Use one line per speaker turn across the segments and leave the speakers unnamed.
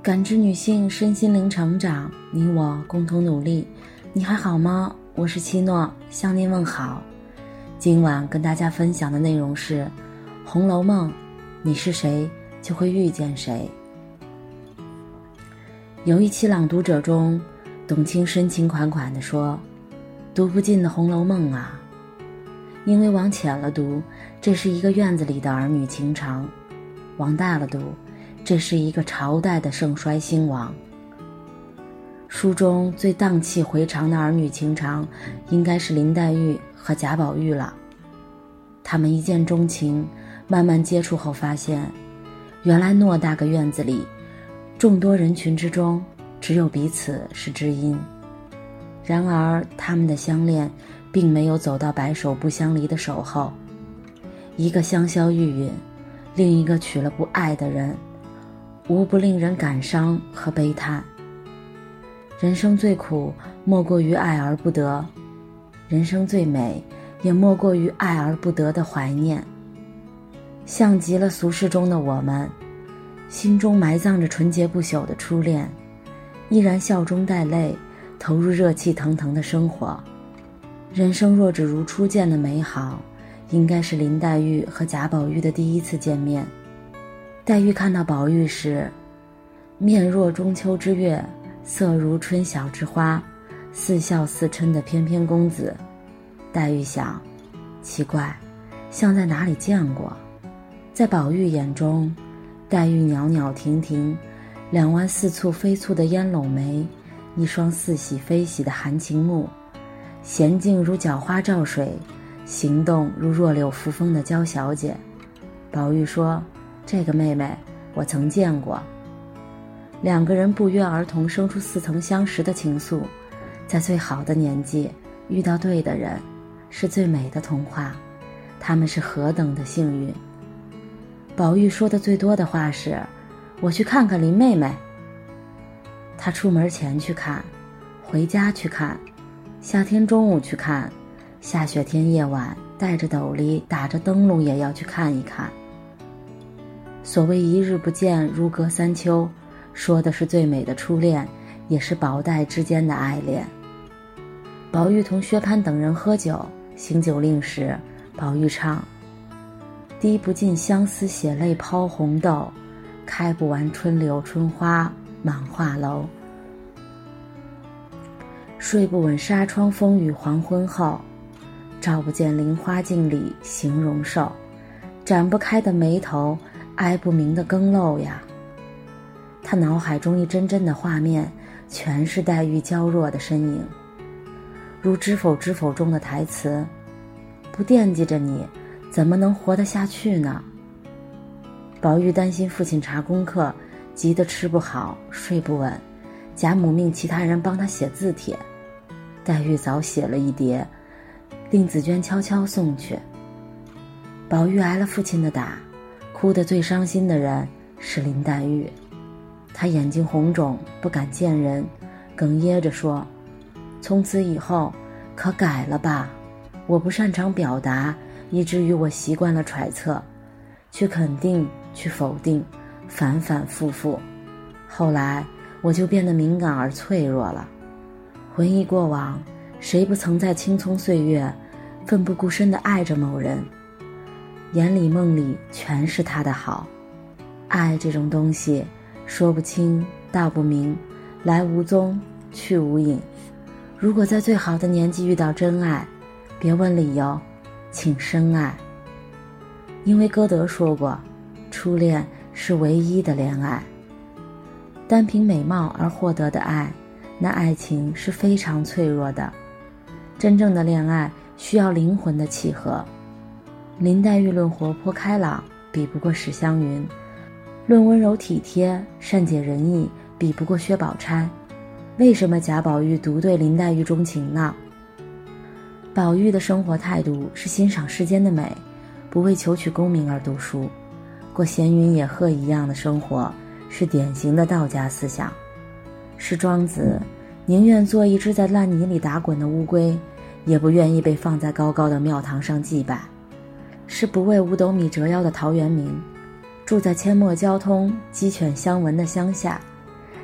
感知女性身心灵成长，你我共同努力。你还好吗？我是七诺，向您问好。今晚跟大家分享的内容是《红楼梦》，你是谁就会遇见谁。有一期朗读者中，董卿深情款款地说，读不尽的《红楼梦》啊，因为往浅了读，这是一个院子里的儿女情长；往大了读，这是一个朝代的盛衰兴亡。书中最荡气回肠的儿女情长，应该是林黛玉和贾宝玉了。他们一见钟情，慢慢接触后发现，原来偌大个院子里，众多人群之中，只有彼此是知音。然而他们的相恋并没有走到白首不相离的守候，一个香消玉殒，另一个娶了不爱的人，无不令人感伤和悲叹。人生最苦莫过于爱而不得，人生最美也莫过于爱而不得的怀念。像极了俗世中的我们，心中埋葬着纯洁不朽的初恋，依然笑中带泪，投入热气腾腾的生活。人生若只如初见的美好，应该是林黛玉和贾宝玉的第一次见面。黛玉看到宝玉时，面若中秋之月，色如春晓之花，似笑似嗔的翩翩公子。黛玉想，奇怪，像在哪里见过。在宝玉眼中，黛玉袅袅婷婷，两弯似蹙非蹙的烟笼眉，一双似喜非喜的含情目，娴静如角花照水，行动如弱柳扶风的娇小姐。宝玉说，这个妹妹我曾见过。两个人不约而同生出似曾相识的情愫，在最好的年纪遇到对的人，是最美的童话。他们是何等的幸运。宝玉说的最多的话是，我去看看林妹妹。他出门前去看，回家去看，夏天中午去看，下雪天夜晚带着斗笠打着灯笼也要去看一看。所谓一日不见如隔三秋，说的是最美的初恋，也是宝黛之间的爱恋。宝玉同薛蟠等人喝酒，行酒令时，宝玉唱，滴不尽相思血泪抛红豆，开不完春柳春花满画楼。睡不稳纱窗风雨黄昏后，照不见菱花镜里形容瘦，展不开的眉头，哀不明的更漏呀。他脑海中一帧帧的画面，全是黛玉娇弱的身影，如《知否知否》中的台词，不惦记着你，怎么能活得下去呢？宝玉担心父亲查功课，急得吃不好睡不稳，贾母命其他人帮他写字帖，黛玉早写了一叠，令紫娟悄悄送去。宝玉挨了父亲的打，哭得最伤心的人是林黛玉。她眼睛红肿，不敢见人，哽咽着说，从此以后可改了吧，我不擅长表达，以至于我习惯了揣测，去肯定，去否定，反反复复。后来我就变得敏感而脆弱了。回忆过往，谁不曾在青葱岁月奋不顾身地爱着某人，眼里梦里全是他的好。爱这种东西，说不清道不明，来无踪去无影。如果在最好的年纪遇到真爱，别问理由，请深爱。因为歌德说过，初恋是唯一的恋爱。单凭美貌而获得的爱，那爱情是非常脆弱的。真正的恋爱需要灵魂的契合。林黛玉论活泼开朗，比不过史湘云；论温柔体贴、善解人意，比不过薛宝钗。为什么贾宝玉独对林黛玉钟情呢？宝玉的生活态度是欣赏世间的美，不为求取功名而读书，过闲云野鹤一样的生活，是典型的道家思想。是庄子宁愿做一只在烂泥里打滚的乌龟，也不愿意被放在高高的庙堂上祭拜。是不为五斗米折腰的陶渊明，住在阡陌交通、鸡犬相闻的乡下，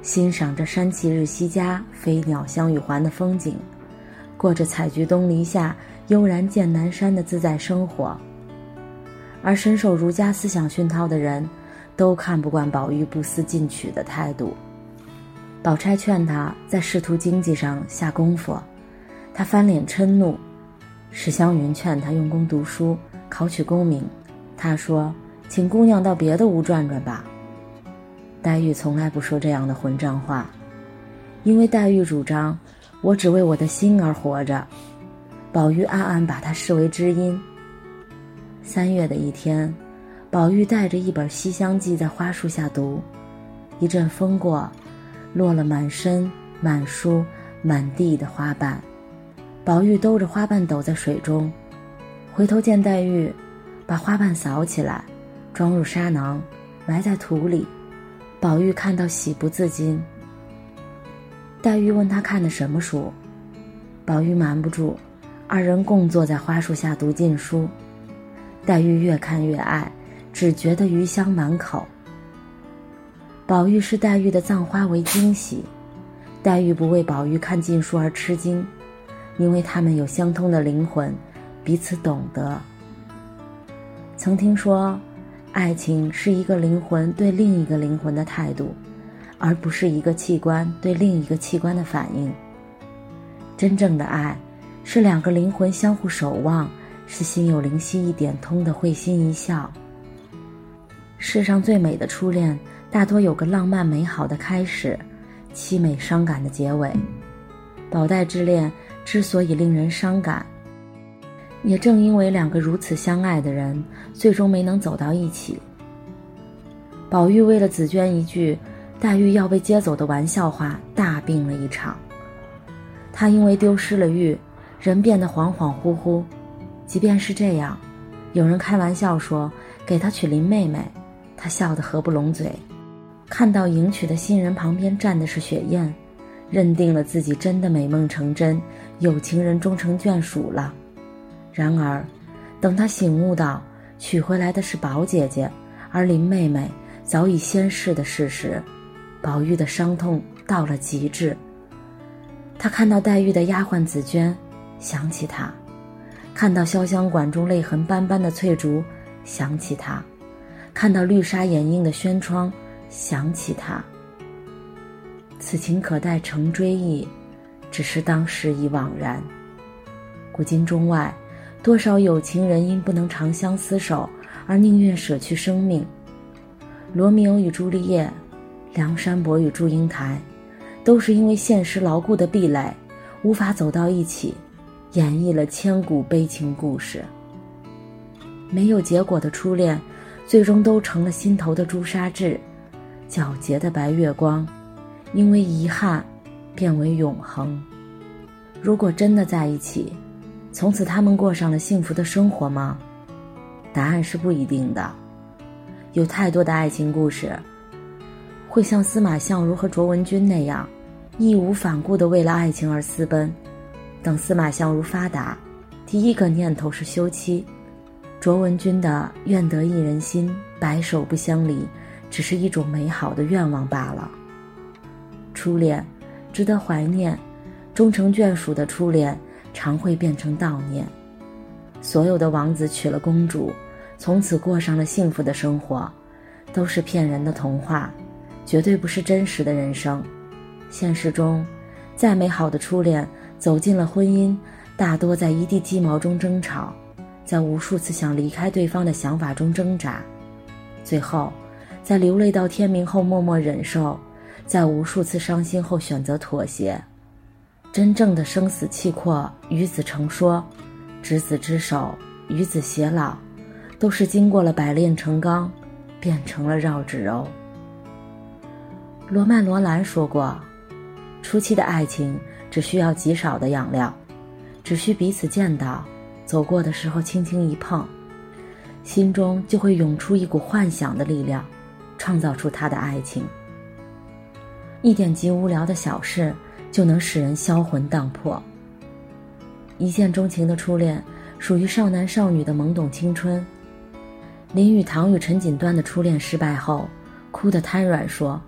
欣赏着山气日夕佳，飞鸟相与还的风景，过着采菊东篱下，悠然见南山的自在生活。而深受儒家思想熏陶的人，都看不惯宝玉不思进取的态度。宝钗劝他在仕途经济上下功夫，他翻脸嗔怒。史湘云劝他用功读书，考取功名，他说请姑娘到别的屋转转吧。黛玉从来不说这样的混账话，因为黛玉主张我只为我的心而活着。宝玉暗暗把她视为知音。3月的一天，宝玉带着一本《西厢记》在花树下读，一阵风过，落了满身满书满地的花瓣。宝玉兜着花瓣抖在水中，回头见黛玉把花瓣扫起来，装入沙囊，埋在土里。宝玉看到喜不自禁。黛玉问他看的什么书，宝玉瞒不住，二人共坐在花树下读禁书。黛玉越看越爱，只觉得余香满口。宝玉视黛玉的葬花为惊喜，黛玉不为宝玉看禁书而吃惊，因为他们有相通的灵魂，彼此懂得。曾听说，爱情是一个灵魂对另一个灵魂的态度，而不是一个器官对另一个器官的反应。真正的爱，是2个灵魂相互守望，是心有灵犀一点通的会心一笑。世上最美的初恋，大多有个浪漫美好的开始，凄美伤感的结尾。宝黛之恋之所以令人伤感，也正因为2个如此相爱的人，最终没能走到一起。宝玉为了紫鹃一句黛玉要被接走的玩笑话，大病了一场。他因为丢失了玉，人变得恍恍惚惚。即便是这样，有人开玩笑说给他娶林妹妹，他笑得合不拢嘴。看到迎娶的新人旁边站的是雪雁，认定了自己真的美梦成真，有情人终成眷属了。然而等他醒悟到娶回来的是宝姐姐，而林妹妹早已仙逝的事实，宝玉的伤痛到了极致。他看到黛玉的丫鬟紫鹃，想起她；看到潇湘馆中泪痕斑斑的翠竹，想起她；看到绿纱掩映的轩窗，想起她。此情可待成追忆，只是当时已惘然。古今中外，多少有情人因不能长相厮守而宁愿舍去生命。罗密欧与朱丽叶，梁山伯与祝英台，都是因为现实牢固的壁垒，无法走到一起，演绎了千古悲情故事。没有结果的初恋，最终都成了心头的朱砂痣，皎洁的白月光，因为遗憾变为永恒。如果真的在一起，从此他们过上了幸福的生活吗？答案是不一定的。有太多的爱情故事会像司马相如和卓文君那样，义无反顾地为了爱情而私奔。等司马相如发达，第一个念头是休妻。卓文君的愿得一人心，白首不相离，只是一种美好的愿望罢了。初恋值得怀念，终成眷属的初恋常会变成悼念。所有的王子娶了公主，从此过上了幸福的生活，都是骗人的童话，绝对不是真实的人生。现实中，再美好的初恋走进了婚姻，大多在一地鸡毛中争吵，在无数次想离开对方的想法中挣扎，最后在流泪到天明后默默忍受，在无数次伤心后选择妥协。真正的生死契阔，与子成说，执子之手，与子偕老，都是经过了百炼成钢，变成了绕指柔。罗曼·罗兰说过，初期的爱情只需要极少的养料，只需彼此见到，走过的时候轻轻一碰，心中就会涌出一股幻想的力量，创造出他的爱情。一点极无聊的小事就能使人销魂荡魄。一见钟情的初恋属于少男少女的懵懂青春。林语堂与陈锦端的初恋失败后，哭得瘫软说，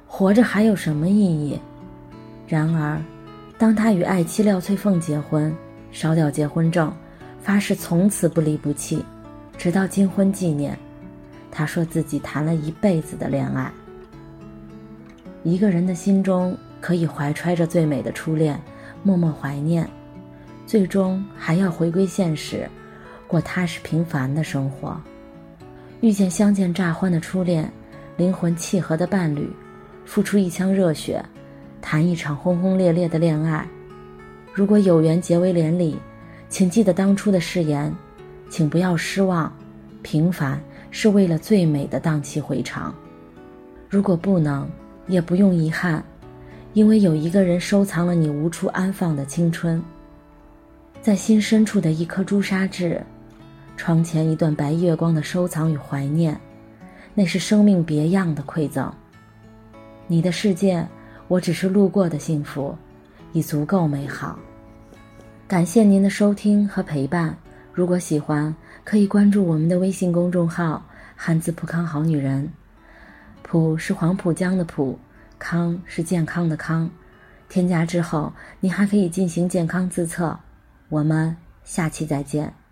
活着还有什么意义？然而，当他与爱妻廖翠凤结婚，烧掉结婚证，发誓从此不离不弃，直到金婚纪念，他说自己谈了一辈子的恋爱。一个人的心中可以怀揣着最美的初恋，默默怀念，最终还要回归现实，过踏实平凡的生活。遇见相见乍欢的初恋，灵魂契合的伴侣，付出一腔热血，谈一场轰轰烈烈的恋爱。如果有缘结为连理，请记得当初的誓言，请不要失望，平凡是为了最美的荡气回肠。如果不能，也不用遗憾，因为有一个人收藏了你无处安放的青春。在心深处的一颗朱砂痣，窗前一段白月光的收藏与怀念，那是生命别样的馈赠。你的世界，我只是路过的幸福，已足够美好。感谢您的收听和陪伴，如果喜欢，可以关注我们的微信公众号汉字浦康好女人。浦是黄浦江的浦，康是健康的康。添加之后，您还可以进行健康自测。我们下期再见。